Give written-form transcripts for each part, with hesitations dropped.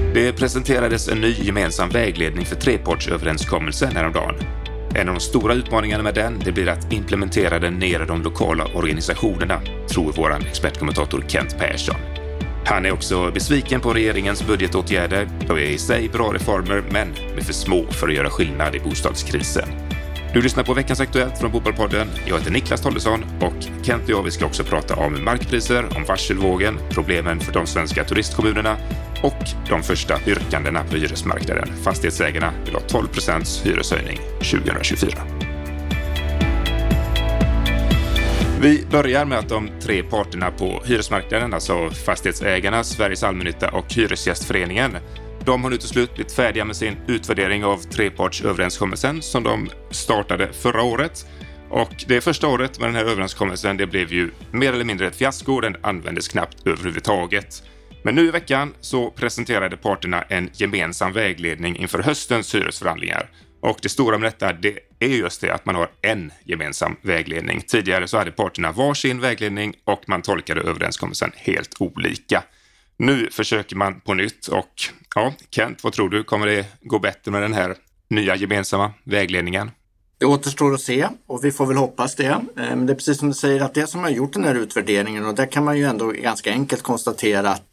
Det presenterades en ny gemensam vägledning för trepartsöverenskommelsen häromdagen. En av de stora utmaningarna med den det blir att implementera den ner i de lokala organisationerna, tror vår expertkommentator Kent Persson. Han är också besviken på regeringens budgetåtgärder. De är i sig bra reformer men med för små för att göra skillnad i bostadskrisen. Du lyssnar på veckans Aktuellt från Bopolpodden. Jag heter Niklas Tollesson och Kent och jag vi ska också prata om markpriser, om varselvågen, problemen för de svenska turistkommunerna och de första yrkandena på hyresmarknaden. Fastighetsägarna vill ha 12% hyreshöjning 2024. Vi börjar med att de tre parterna på hyresmarknaden, alltså fastighetsägarna, Sveriges allmännytta och Hyresgästföreningen, de har nu till slut blivit färdiga med sin utvärdering av trepartsöverenskommelsen som de startade förra året. Och det första året med den här överenskommelsen det blev ju mer eller mindre ett fiasko, den användes knappt överhuvudtaget. Men nu i veckan så presenterade parterna en gemensam vägledning inför höstens hyresförhandlingar. Och det stora med detta det är just det att man har en gemensam vägledning. Tidigare så hade parterna varsin vägledning och man tolkade överenskommelsen helt olika. Nu försöker man på nytt och ja, Kent, vad tror du? Kommer det gå bättre med den här nya gemensamma vägledningen? Det återstår att se och vi får väl hoppas det. Men det är precis som du säger att det som har gjort den här utvärderingen och där kan man ju ändå ganska enkelt konstatera att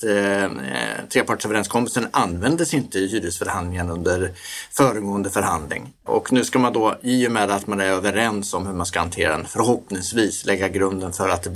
trepartsöverenskommelsen användes inte i hyresförhandlingen under föregående förhandling. Och nu ska man då, i och med att man är överens om hur man ska hantera den, förhoppningsvis lägga grunden för att det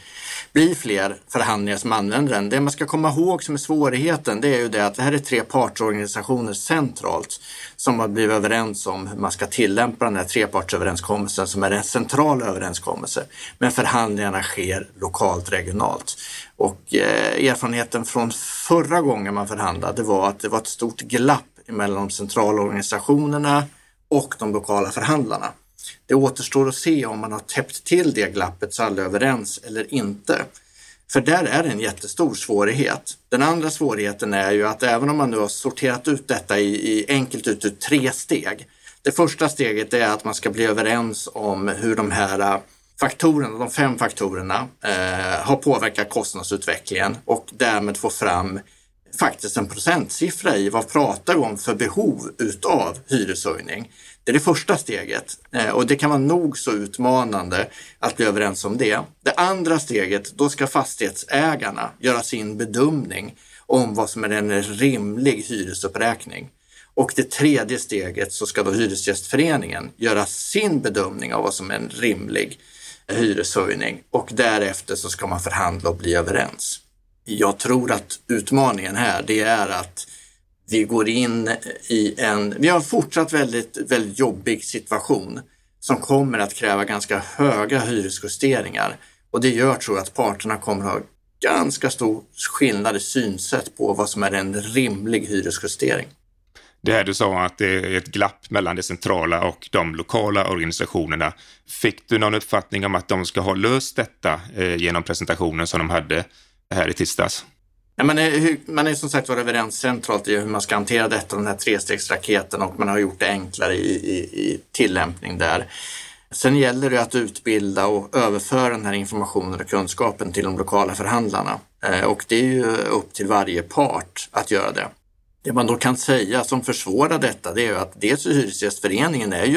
blir fler förhandlingar som använder den. Det man ska komma ihåg som är svårigheten det är ju det att det här är tre partsorganisationer centralt som har blivit överens om hur man ska tillämpa den här trepartsöverenskommelsen som är en central överenskommelse. Men förhandlingarna sker lokalt, regionalt. Och erfarenheten från förra gången man förhandlade var att det var ett stort glapp mellan de centrala organisationerna och de lokala förhandlarna. Det återstår att se om man har täppt till det glappet så alla är överens eller inte. För där är det en jättestor svårighet. Den andra svårigheten är ju att även om man nu har sorterat ut detta i enkelt ut ur 3 steg. Det första steget är att man ska bli överens om hur de här faktorerna, de 5 faktorerna har påverkat kostnadsutvecklingen och därmed få fram faktiskt en procentsiffra i vad pratar vi om för behov utav hyreshöjning. Det är det första steget och det kan vara nog så utmanande att bli överens om det. Det andra steget, då ska fastighetsägarna göra sin bedömning om vad som är en rimlig hyresuppräkning. Och det tredje steget så ska då Hyresgästföreningen göra sin bedömning av vad som är en rimlig hyreshöjning och därefter så ska man förhandla och bli överens. Jag tror att utmaningen här det är att vi går in i vi har fortsatt väldigt, väldigt jobbig situation som kommer att kräva ganska höga hyresjusteringar. Och det gör tror jag att parterna kommer att ha ganska stor skillnad i synsätt på vad som är en rimlig hyresjustering. Det här du sa att det är ett glapp mellan det centrala och de lokala organisationerna. Fick du någon uppfattning om att de ska ha löst detta genom presentationen som de hade här i tisdags? Ja, man är som sagt varit överens centralt i hur man ska hantera detta, den här 3-stegsraketen och man har gjort det enklare i tillämpning där. Sen gäller det att utbilda och överföra den här informationen och kunskapen till de lokala förhandlarna. Och det är ju upp till varje part att göra det. Det man då kan säga som försvårar detta det är ju att dels Hyresgästföreningen är ju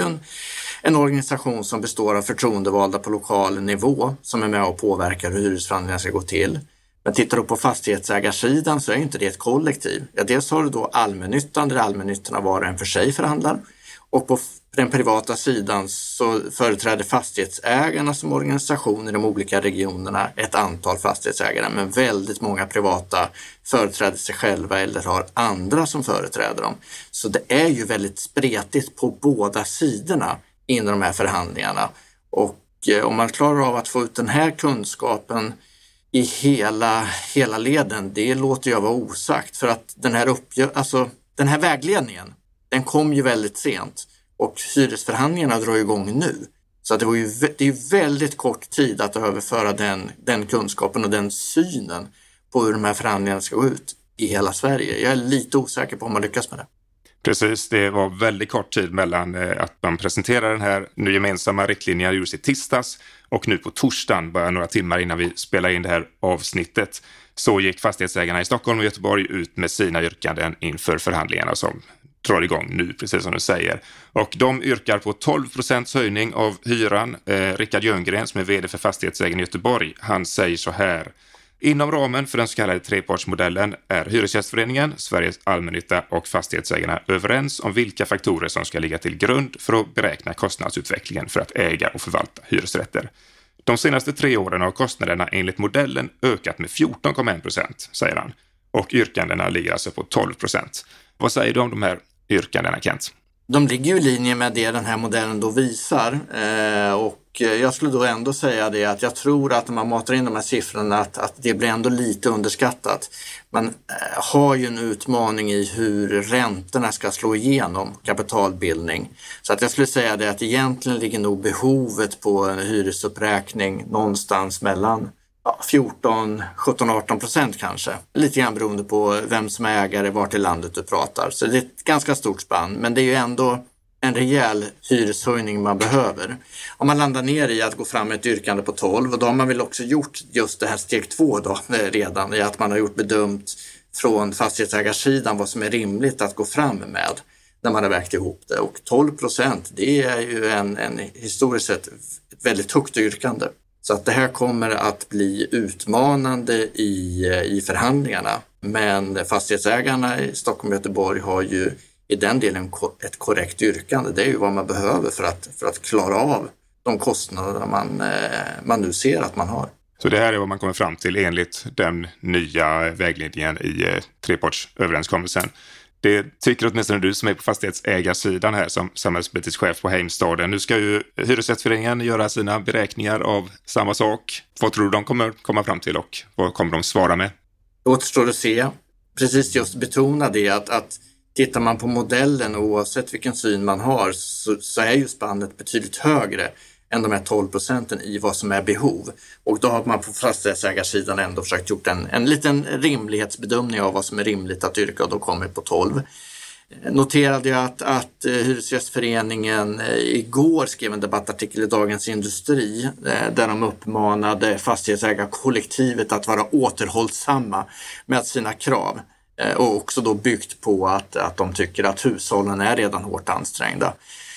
en organisation som består av förtroendevalda på lokal nivå som är med och påverkar hur hyresförhandlingarna ska gå till. Men tittar du på fastighetsägarsidan så är inte det ett kollektiv. Ja, dels har du då allmännyttan där allmännyttorna var och en för sig förhandlar. Och på den privata sidan så företräder fastighetsägarna som organisation i de olika regionerna ett antal fastighetsägare. Men väldigt många privata företräder sig själva eller har andra som företräder dem. Så det är ju väldigt spretigt på båda sidorna inom de här förhandlingarna. Och om man klarar av att få ut den här kunskapen i hela leden, det låter jag vara osagt för att den här vägledningen, den kom ju väldigt sent och hyresförhandlingarna drar igång nu. Så att det är ju väldigt kort tid att överföra den kunskapen och den synen på hur de här förhandlingarna ska gå ut i hela Sverige. Jag är lite osäker på om man lyckas med det. Precis, det var väldigt kort tid mellan att man presenterade den här nu gemensamma riktlinjen just i tisdags och nu på torsdagen, bara några timmar innan vi spelar in det här avsnittet. Så gick fastighetsägarna i Stockholm och Göteborg ut med sina yrkanden inför förhandlingarna som drar igång nu, precis som du säger. Och de yrkar på 12% höjning av hyran. Rickard Jöngren, som är vd för Fastighetsägarna i Göteborg, han säger så här: inom ramen för den så kallade trepartsmodellen är Hyresgästföreningen, Sveriges allmännytta och Fastighetsägarna överens om vilka faktorer som ska ligga till grund för att beräkna kostnadsutvecklingen för att äga och förvalta hyresrätter. De senaste 3 åren har kostnaderna enligt modellen ökat med 14,1%, säger han. Och yrkandena ligger alltså på 12%. Vad säger du om de här yrkandena, Kent? De ligger ju i linje med det den här modellen då visar. Och jag skulle då ändå säga det att jag tror att när man matar in de här siffrorna att det blir ändå lite underskattat. Man har ju en utmaning i hur räntorna ska slå igenom kapitalbildning. Så att jag skulle säga det att egentligen ligger nog behovet på en hyresuppräkning någonstans mellan 14, 17, 18% kanske. Lite grann beroende på vem som är ägare, vart i landet du pratar. Så det är ett ganska stort spann, men det är ju ändå en rejäl hyreshöjning man behöver. Om man landar ner i att gå fram med ett yrkande på 12, och då har man väl också gjort just det här steg 2 då redan, i att man har gjort bedömt från fastighetsägarsidan vad som är rimligt att gå fram med när man har vägt ihop det. Och 12%, det är ju en historiskt sett ett väldigt högt yrkande. Så att det här kommer att bli utmanande i förhandlingarna. Men fastighetsägarna i Stockholm och Göteborg har ju i den delen ett korrekt yrkande. Det är ju vad man behöver för att klara av de kostnader man nu ser att man har. Så det här är vad man kommer fram till enligt den nya vägledningen i trepartsöverenskommelsen. Det tycker åtminstone du som är på fastighetsägarsidan här som samhällspolitisk chef på Heimstaden. Nu ska ju Hyresgästföreningen göra sina beräkningar av samma sak. Vad tror du de kommer komma fram till och vad kommer de svara med? Det återstår att se. Precis just betona det att tittar man på modellen oavsett vilken syn man har så är ju spannet betydligt högre än de här 12% i vad som är behov. Och då har man på fastighetsägarsidan ändå försökt gjort en liten rimlighetsbedömning av vad som är rimligt att yrka, och då kommer på 12. Noterade jag att Hyresgästföreningen igår skrev en debattartikel i Dagens Industri där de uppmanade fastighetsägarkollektivet att vara återhållsamma med sina krav. Och också då byggt på att de tycker att hushållen är redan hårt ansträngda.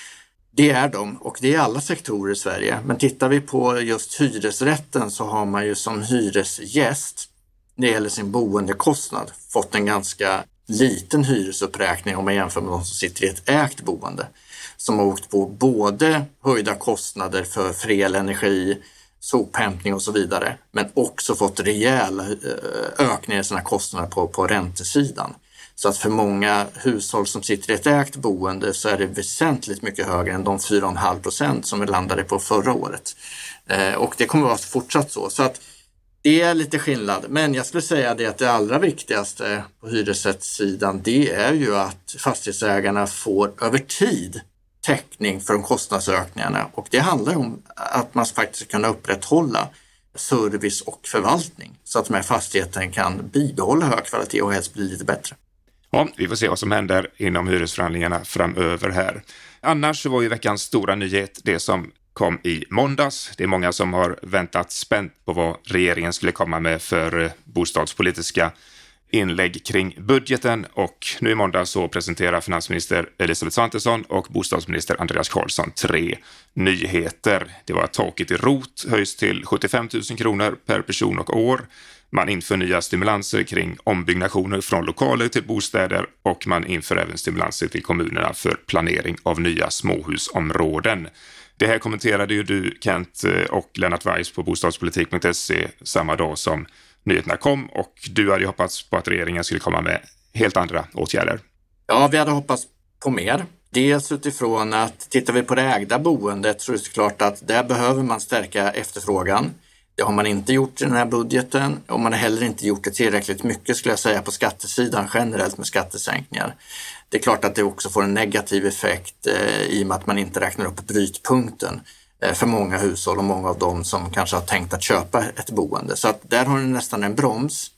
Det är de, och det är alla sektorer i Sverige. Men tittar vi på just hyresrätten så har man ju som hyresgäst när det gäller sin boendekostnad fått en ganska liten hyresuppräkning om man jämför med de som sitter i ett ägt boende. Som har åkt på både höjda kostnader för el, energi, sophämtning och så vidare. Men också fått rejäla ökningar i sina kostnader på räntesidan. Så att för många hushåll som sitter i ett ägt boende så är det väsentligt mycket högre än de 4,5% som vi landade på förra året. Och det kommer att vara fortsatt så. Så att det är lite skillnad. Men jag skulle säga det att det allra viktigaste på hyresrättssidan, det är ju att fastighetsägarna får över tid täckning för de kostnadsökningarna. Och det handlar om att man faktiskt kan upprätthålla service och förvaltning så att de här fastigheterna kan bibehålla hög kvalitet och helst bli lite bättre. Ja, vi får se vad som händer inom hyresförhandlingarna framöver här. Annars var ju veckans stora nyhet det som kom i måndags. Det är många som har väntat spänt på vad regeringen skulle komma med för bostadspolitiska inlägg kring budgeten, och nu i måndag så presenterar finansminister Elisabeth Svantesson och bostadsminister Andreas Carlsson 3 nyheter. Det var att taket i ROT höjs till 75 000 kronor per person och år. Man inför nya stimulanser kring ombyggnationer från lokaler till bostäder, och man inför även stimulanser till kommunerna för planering av nya småhusområden. Det här kommenterade ju du, Kent, och Lennart Weiss på bostadspolitik.se samma dag som nyheterna kom, och du hade ju hoppats på att regeringen skulle komma med helt andra åtgärder. Ja, vi hade hoppats på mer. Dels utifrån att tittar vi på det ägda boendet så är det klart att där behöver man stärka efterfrågan. Det har man inte gjort i den här budgeten, och man har heller inte gjort det tillräckligt mycket skulle jag säga på skattesidan generellt med skattesänkningar. Det är klart att det också får en negativ effekt i och med att man inte räknar upp brytpunkten för många hushåll och många av dem som kanske har tänkt att köpa ett boende. Så att där har ni nästan en broms.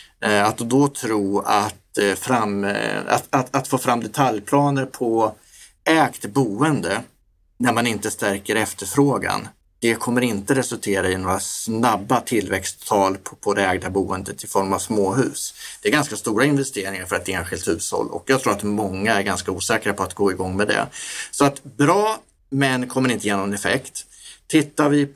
Att då tro att få fram detaljplaner på ägt boende när man inte stärker efterfrågan, det kommer inte resultera i några snabba tillväxttal på det ägda boendet i form av småhus. Det är ganska stora investeringar för ett enskilt hushåll och jag tror att många är ganska osäkra på att gå igång med det. Så att bra, men kommer inte ge någon effekt. Tittar vi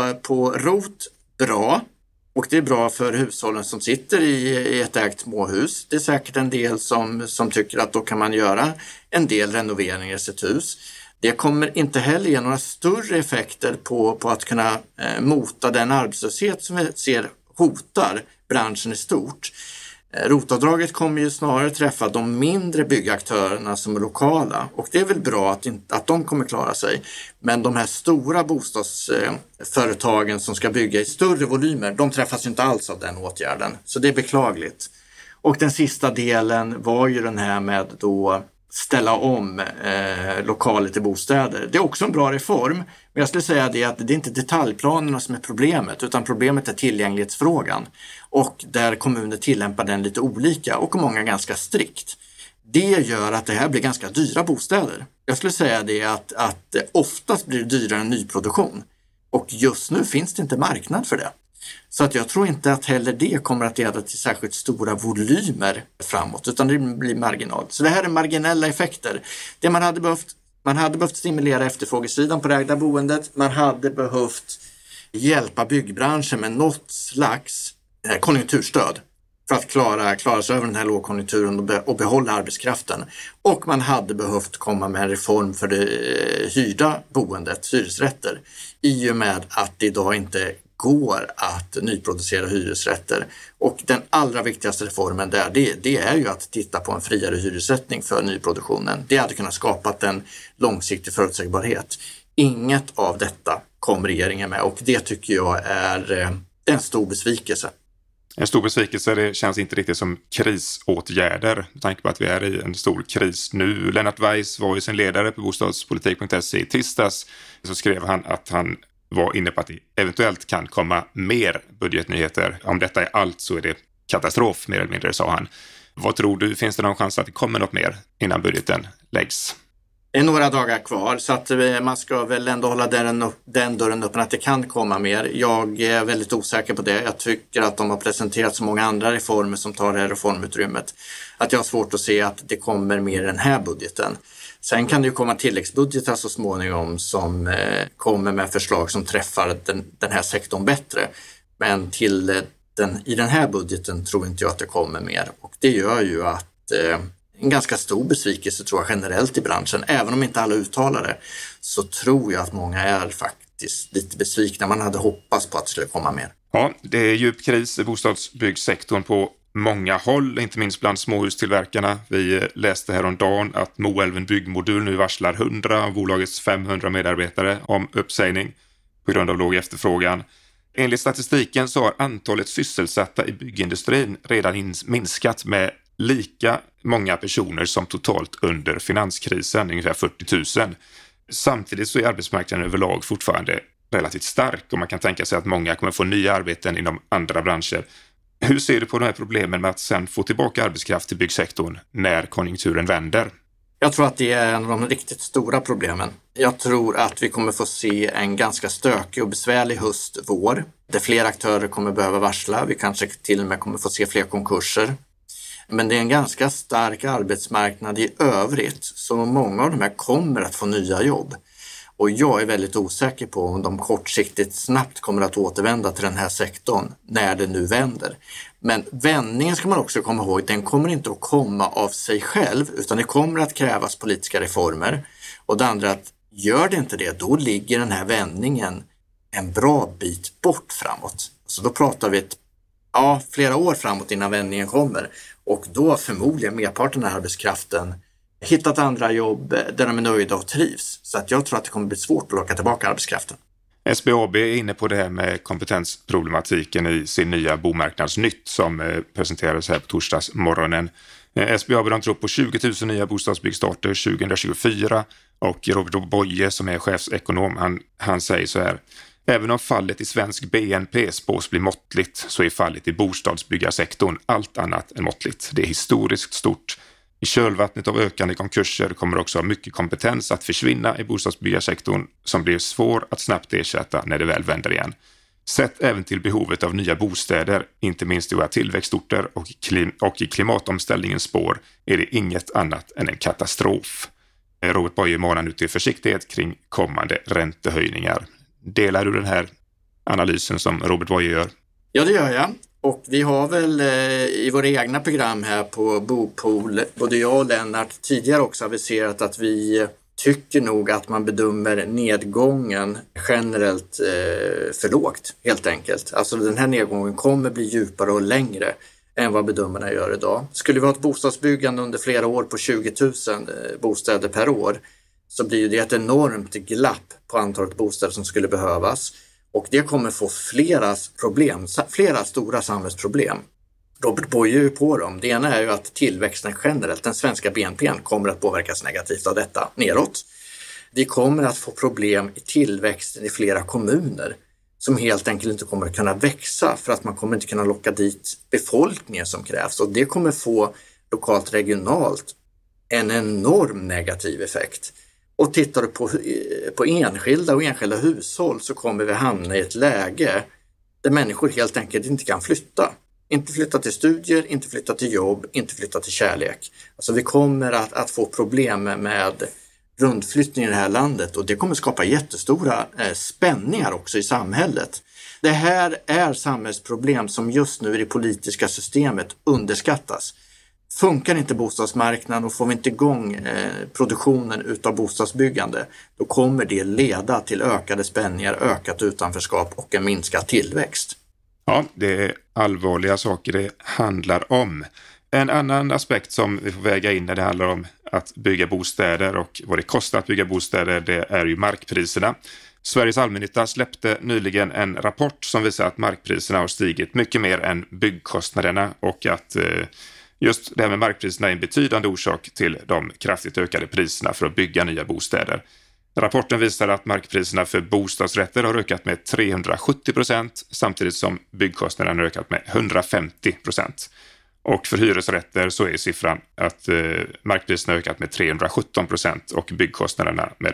på ROT, bra. Och det är bra för hushållen som sitter i ett ägt småhus. Det är säkert en del som tycker att då kan man göra en del renoveringar i sitt hus. Det kommer inte heller ge några större effekter på att kunna mota den arbetslöshet som vi ser hotar branschen i stort. ROT-avdraget kommer ju snarare träffa de mindre byggaktörerna som är lokala och det är väl bra att de kommer klara sig. Men de här stora bostadsföretagen som ska bygga i större volymer, de träffas ju inte alls av den åtgärden. Så det är beklagligt. Och den sista delen var ju den här med då ställa om lokaler till bostäder. Det är också en bra reform, men jag skulle säga det att det är inte detaljplanerna som är problemet, utan problemet är tillgänglighetsfrågan. Och där kommuner tillämpar den lite olika och många ganska strikt. Det gör att det här blir ganska dyra bostäder. Jag skulle säga det att oftast blir det dyrare än nyproduktion. Och just nu finns det inte marknad för det. Så att jag tror inte att heller det kommer att leda till särskilt stora volymer framåt, utan det blir marginal. Så det här är marginella effekter. Det man hade behövt stimulera efterfrågesidan på det ägda boendet. Man hade behövt hjälpa byggbranschen med något slags konjunkturstöd för att klara sig över den här lågkonjunkturen och behålla arbetskraften. Och man hade behövt komma med en reform för det hyrda boendet, hyresrätter, i och med att det idag inte går att nyproducera hyresrätter. Och den allra viktigaste reformen där, det är ju att titta på en friare hyressättning för nyproduktionen. Det hade kunnat skapa en långsiktig förutsägbarhet. Inget av detta kom regeringen med och det tycker jag är en stor besvikelse. En stor besvikelse, det känns inte riktigt som krisåtgärder med tanke på att vi är i en stor kris nu. Lennart Weiss var ju sin ledare på bostadspolitik.se i tisdags, så skrev han att han var inne på att det eventuellt kan komma mer budgetnyheter. Om detta är allt så är det katastrof, mer eller mindre, sa han. Vad tror du, finns det någon chans att det kommer något mer innan budgeten läggs? Det är några dagar kvar så att man ska väl ändå hålla den dörren öppen att det kan komma mer. Jag är väldigt osäker på det. Jag tycker att de har presenterat så många andra reformer som tar det här reformutrymmet att jag har svårt att se att det kommer mer i den här budgeten. Sen kan det ju komma tilläggsbudgetar så småningom som kommer med förslag som träffar den här sektorn bättre. Men i den här budgeten tror inte jag att det kommer mer. Och det gör ju att en ganska stor besvikelse tror jag generellt i branschen. Även om inte alla uttalar det så tror jag att många är faktiskt lite besvikna. Man hade hoppats på att det skulle komma mer. Ja, det är djup kris i bostadsbyggsektorn på många håll, inte minst bland småhustillverkarna. Vi läste häromdagen att Moälven Byggmodul nu varslar 100 av bolagets 500 medarbetare om uppsägning på grund av låg efterfrågan. Enligt statistiken så har antalet sysselsatta i byggindustrin redan minskat med lika många personer som totalt under finanskrisen, ungefär 40 000. Samtidigt så är arbetsmarknaden överlag fortfarande relativt stark och man kan tänka sig att många kommer få nya arbeten inom andra branscher. Hur ser du på de här problemen med att sen få tillbaka arbetskraft till byggsektorn när konjunkturen vänder? Jag tror att det är en av de riktigt stora problemen. Jag tror att vi kommer få se en ganska stökig och besvärlig höst-vår där fler aktörer kommer behöva varsla. Vi kanske till och med kommer få se fler konkurser. Men det är en ganska stark arbetsmarknad i övrigt så många av de här kommer att få nya jobb. Och jag är väldigt osäker på om de kortsiktigt snabbt kommer att återvända till den här sektorn när det nu vänder. Men vändningen ska man också komma ihåg, den kommer inte att komma av sig själv utan det kommer att krävas politiska reformer. Och det andra att gör det inte det, då ligger den här vändningen en bra bit bort framåt. Så då pratar vi flera år framåt innan vändningen kommer. Och då förmodligen merparten av arbetskraften hittat andra jobb där de är nöjda och trivs. Så att jag tror att det kommer bli svårt att locka tillbaka arbetskraften. SBAB är inne på det här med kompetensproblematiken i sin nya Bomarknadsnytt som presenterades här på torsdagsmorgonen. SBAB tror på 20 000 nya bostadsbyggstarter 2024 och Robert Boye som är chefsekonom, han säger så här: även om fallet i svensk BNP spås bli måttligt så är fallet i bostadsbyggarsektorn allt annat än måttligt. Det är historiskt stort. I kölvattnet av ökande konkurser kommer också mycket kompetens att försvinna i bostadsbyggarsektorn som blir svår att snabbt ersätta när det väl vänder igen. Sett även till behovet av nya bostäder, inte minst i våra tillväxtorter och i klimatomställningens spår, är det inget annat än en katastrof. Robert Boye manar nu till försiktighet kring kommande räntehöjningar. Delar du den här analysen som Robert Boye gör? Ja, det gör jag. Och vi har väl i våra egna program här på Bopool, både jag och Lennart tidigare också aviserat att vi tycker nog att man bedömer nedgången generellt för lågt, helt enkelt. Alltså den här nedgången kommer bli djupare och längre än vad bedömarna gör idag. Skulle vi ha ett bostadsbyggande under flera år på 20 000 bostäder per år så blir det ett enormt glapp på antalet bostäder som skulle behövas. Och det kommer få flera stora samhällsproblem. Robert Boye är på dem. Det ena är ju att tillväxten generellt, den svenska BNP:n, kommer att påverkas negativt av detta neråt. Vi kommer att få problem i tillväxten i flera kommuner som helt enkelt inte kommer att kunna växa för att man kommer inte kunna locka dit befolkningen som krävs. Och det kommer få lokalt, regionalt en enorm negativ effekt. Och tittar du på enskilda och enskilda hushåll så kommer vi hamna i ett läge där människor helt enkelt inte kan flytta. Inte flytta till studier, inte flytta till jobb, inte flytta till kärlek. Alltså vi kommer att få problem med rundflyttning i det här landet och det kommer skapa jättestora spänningar också i samhället. Det här är samhällsproblem som just nu i det politiska systemet underskattas. Funkar inte bostadsmarknaden och får vi inte igång produktionen utav bostadsbyggande, då kommer det leda till ökade spänningar, ökat utanförskap och en minskad tillväxt. Ja, det är allvarliga saker det handlar om. En annan aspekt som vi får väga in när det handlar om att bygga bostäder och vad det kostar att bygga bostäder, det är ju markpriserna. Sveriges allmännytta släppte nyligen en rapport som visar att markpriserna har stigit mycket mer än byggkostnaderna och att just det här med markpriserna är en betydande orsak till de kraftigt ökade priserna för att bygga nya bostäder. Rapporten visar att markpriserna för bostadsrätter har ökat med 370% samtidigt som byggkostnaderna har ökat med 150%. Och för hyresrätter så är siffran att markpriserna har ökat med 317% och byggkostnaderna med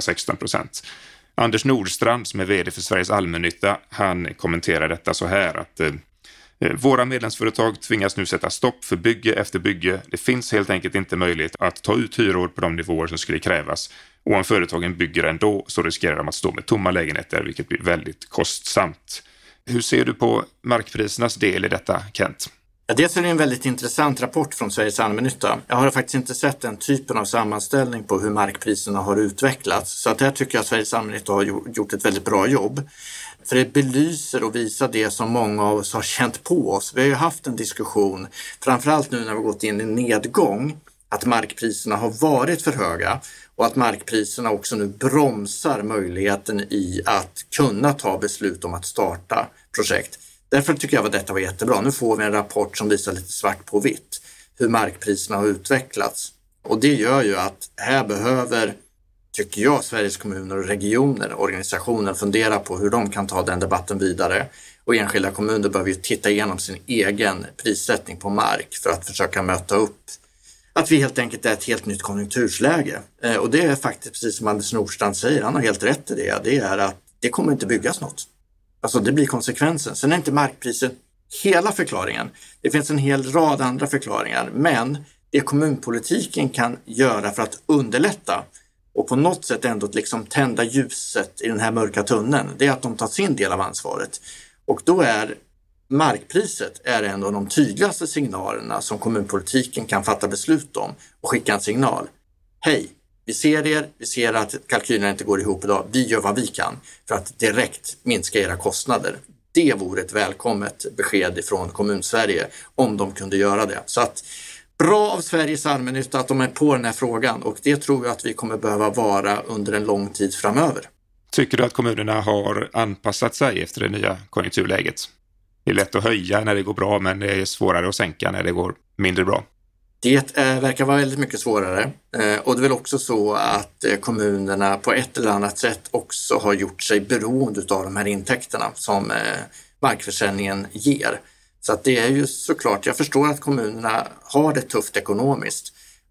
116%. Anders Nordstrand som är vd för Sveriges allmännytta, han kommenterar detta så här att våra medlemsföretag tvingas nu sätta stopp för bygge efter bygge. Det finns helt enkelt inte möjlighet att ta ut hyror på de nivåer som skulle krävas. Och om företagen bygger ändå så riskerar de att stå med tomma lägenheter, vilket blir väldigt kostsamt. Hur ser du på markprisernas del i detta, Kent? Ja, dels är det en väldigt intressant rapport från Sveriges allmännytta. Jag har faktiskt inte sett den typen av sammanställning på hur markpriserna har utvecklats. Så att här tycker jag att Sveriges allmännytta har gjort ett väldigt bra jobb. För det belyser och visar det som många av oss har känt på oss. Vi har ju haft en diskussion, framförallt nu när vi har gått in i nedgång, att markpriserna har varit för höga och att markpriserna också nu bromsar möjligheten i att kunna ta beslut om att starta projekt. Därför tycker jag att detta var jättebra. Nu får vi en rapport som visar lite svart på vitt hur markpriserna har utvecklats. Och det gör ju att här behöver, tycker jag, Sveriges kommuner och regioner, organisationer fundera på hur de kan ta den debatten vidare. Och enskilda kommuner behöver ju titta igenom sin egen prissättning på mark för att försöka möta upp att vi helt enkelt är ett helt nytt konjunktursläge. Och det är faktiskt precis som Anders Nordstrand säger, han har helt rätt i det. Det är att det kommer inte byggas något. Alltså det blir konsekvensen. Sen är inte markpriset hela förklaringen. Det finns en hel rad andra förklaringar. Men det kommunpolitiken kan göra för att underlätta och på något sätt ändå liksom tända ljuset i den här mörka tunneln, det är att de tar sin del av ansvaret. Och då är markpriset en av de tydligaste signalerna som kommunpolitiken kan fatta beslut om och skicka en signal. Hej, vi ser att kalkylerna inte går ihop idag. Vi gör vad vi kan för att direkt minska era kostnader. Det vore ett välkommet besked från Kommunsverige om de kunde göra det. Så att bra av Sveriges allmännytta att de är på den här frågan och det tror jag att vi kommer behöva vara under en lång tid framöver. Tycker du att kommunerna har anpassat sig efter det nya konjunkturläget? Det är lätt att höja när det går bra men det är svårare att sänka när det går mindre bra. Det verkar vara väldigt mycket svårare och det är väl också så att kommunerna på ett eller annat sätt också har gjort sig beroende av de här intäkterna som markförsäljningen ger. Så att det är ju såklart, jag förstår att kommunerna har det tufft ekonomiskt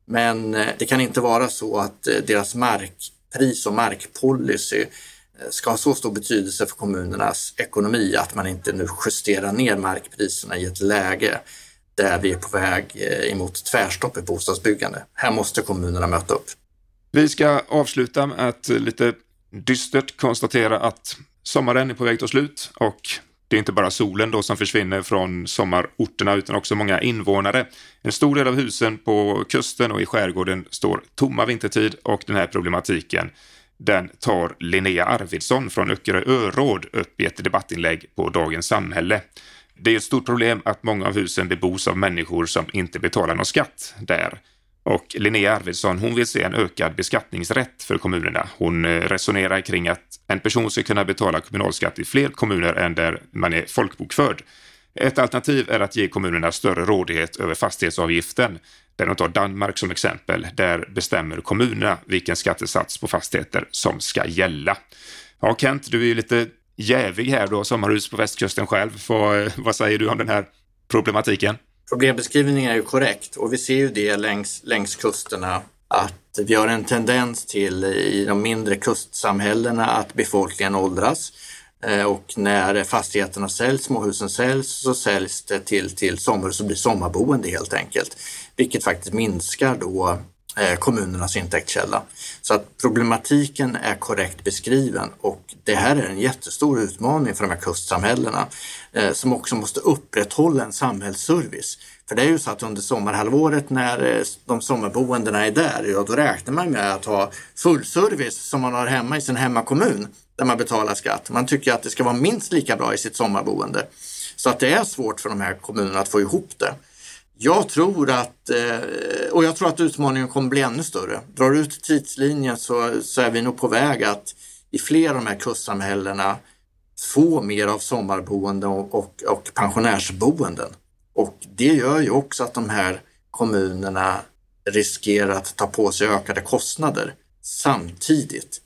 Men det kan inte vara så att deras markpris och markpolicy ska ha så stor betydelse för kommunernas ekonomi att man inte nu justerar ner markpriserna i ett läge där vi är på väg emot tvärstopp i bostadsbyggande. Här måste kommunerna möta upp. Vi ska avsluta med att lite dystert konstatera att sommaren är på väg att ta slut och det är inte bara solen då som försvinner från sommarorterna utan också många invånare. En stor del av husen på kusten och i skärgården står tomma vintertid och den här problematiken den tar Linnea Arvidsson från Öckerö Öråd upp i ett debattinlägg på Dagens Samhälle. Det är ett stort problem att många av husen bebos av människor som inte betalar någon skatt där. Och Linnea Arvidsson, hon vill se en ökad beskattningsrätt för kommunerna. Hon resonerar kring att en person ska kunna betala kommunalskatt i fler kommuner än där man är folkbokförd. Ett alternativ är att ge kommunerna större rådighet över fastighetsavgiften. Där de tar Danmark som exempel. Där bestämmer kommunerna vilken skattesats på fastigheter som ska gälla. Ja, Kent, du är ju lite jävig här då, sommarhus på västkusten själv. Vad säger du om den här problematiken? Problembeskrivningen är ju korrekt och vi ser ju det längs kusterna att vi har en tendens till i de mindre kustsamhällena att befolkningen åldras och när fastigheterna säljs, småhusen säljs så säljs det till sommarhus och blir sommarboende helt enkelt. Vilket faktiskt minskar då kommunernas intäktskälla. Så att problematiken är korrekt beskriven och det här är en jättestor utmaning för de här kustsamhällena som också måste upprätthålla en samhällsservice. För det är ju så att under sommarhalvåret när de sommarboendena är där, ja, då räknar man med att ha full service som man har hemma i sin hemmakommun där man betalar skatt. Man tycker att det ska vara minst lika bra i sitt sommarboende. Så att det är svårt för de här kommunerna att få ihop det. Jag tror att utmaningen kommer bli ännu större. Drar ut tidslinjen så är vi nog på väg att i flera av de här kustsamhällena få mer av sommarboenden och pensionärsboenden. Och det gör ju också att de här kommunerna riskerar att ta på sig ökade kostnader samtidigt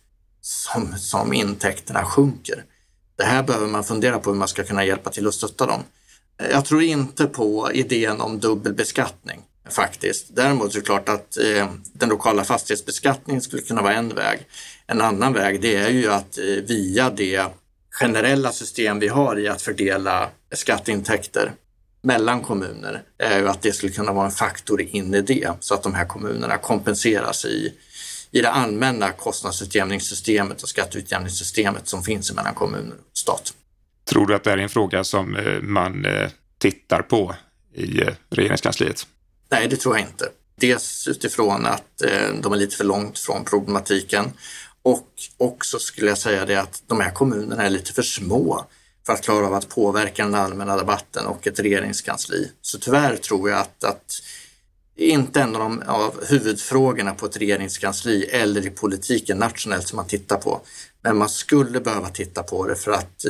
som intäkterna sjunker. Det här behöver man fundera på hur man ska kunna hjälpa till att stötta dem. Jag tror inte på idén om dubbelbeskattning faktiskt. Däremot är det klart att den lokala fastighetsbeskattningen skulle kunna vara en väg. En annan väg det är ju att via det generella system vi har i att fördela skatteintäkter mellan kommuner är ju att det skulle kunna vara en faktor in i det så att de här kommunerna kompenseras i det allmänna kostnadsutjämningssystemet och skatteutjämningssystemet som finns mellan kommuner och stat. Tror du att det är en fråga som man tittar på i regeringskansliet? Nej, det tror jag inte. Dels utifrån att de är lite för långt från problematiken och också skulle jag säga det att de här kommunerna är lite för små för att klara av att påverka den allmänna debatten och ett regeringskansli. Så tyvärr tror jag att inte en av huvudfrågorna på ett regeringskansli eller i politiken nationellt som man tittar på. Men man skulle behöva titta på det för att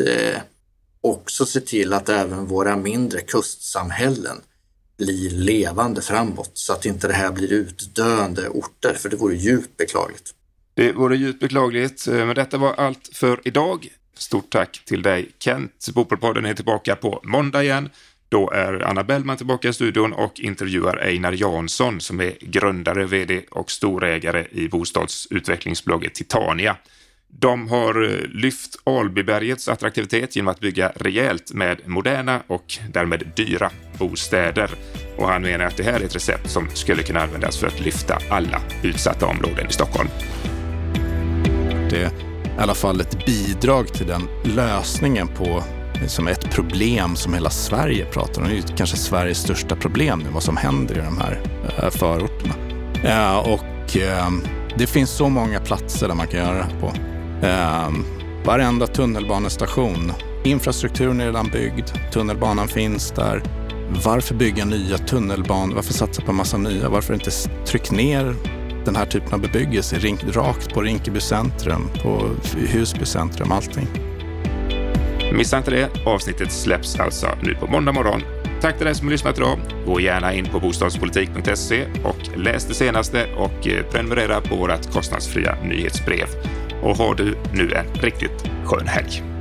också se till att även våra mindre kustsamhällen blir levande framåt så att inte det här blir utdöende orter, för det vore djupt beklagligt. Det vore djupt beklagligt, men detta var allt för idag. Stort tack till dig, Kent. Bopolpodden är tillbaka på måndag igen. Då är Anna Bellman tillbaka i studion och intervjuar Einar Jansson som är grundare, vd och storägare i bostadsutvecklingsbolaget Titania. De har lyft Albybergets attraktivitet genom att bygga rejält med moderna och därmed dyra bostäder. Och han menar att det här är ett recept som skulle kunna användas för att lyfta alla utsatta områden i Stockholm. Det är i alla fall ett bidrag till den lösningen på liksom ett problem som hela Sverige pratar om. Det är ju kanske Sveriges största problem nu, vad som händer i de här förorterna. Det finns så många platser där man kan göra det här på. Varenda tunnelbanestation. Infrastrukturen är redan byggd. Tunnelbanan finns där. Varför bygga nya tunnelbanor? Varför satsa på en massa nya? Varför inte trycka ner den här typen av bebyggelse rakt på Rinkeby centrum, på Husby centrum, allting? Missa inte det. Avsnittet släpps alltså nu på måndag morgon. Tack till dig som har lyssnat idag. Gå gärna in på bostadspolitik.se och läs det senaste och prenumerera på vårt kostnadsfria nyhetsbrev. Och har du nu en riktigt skön helg.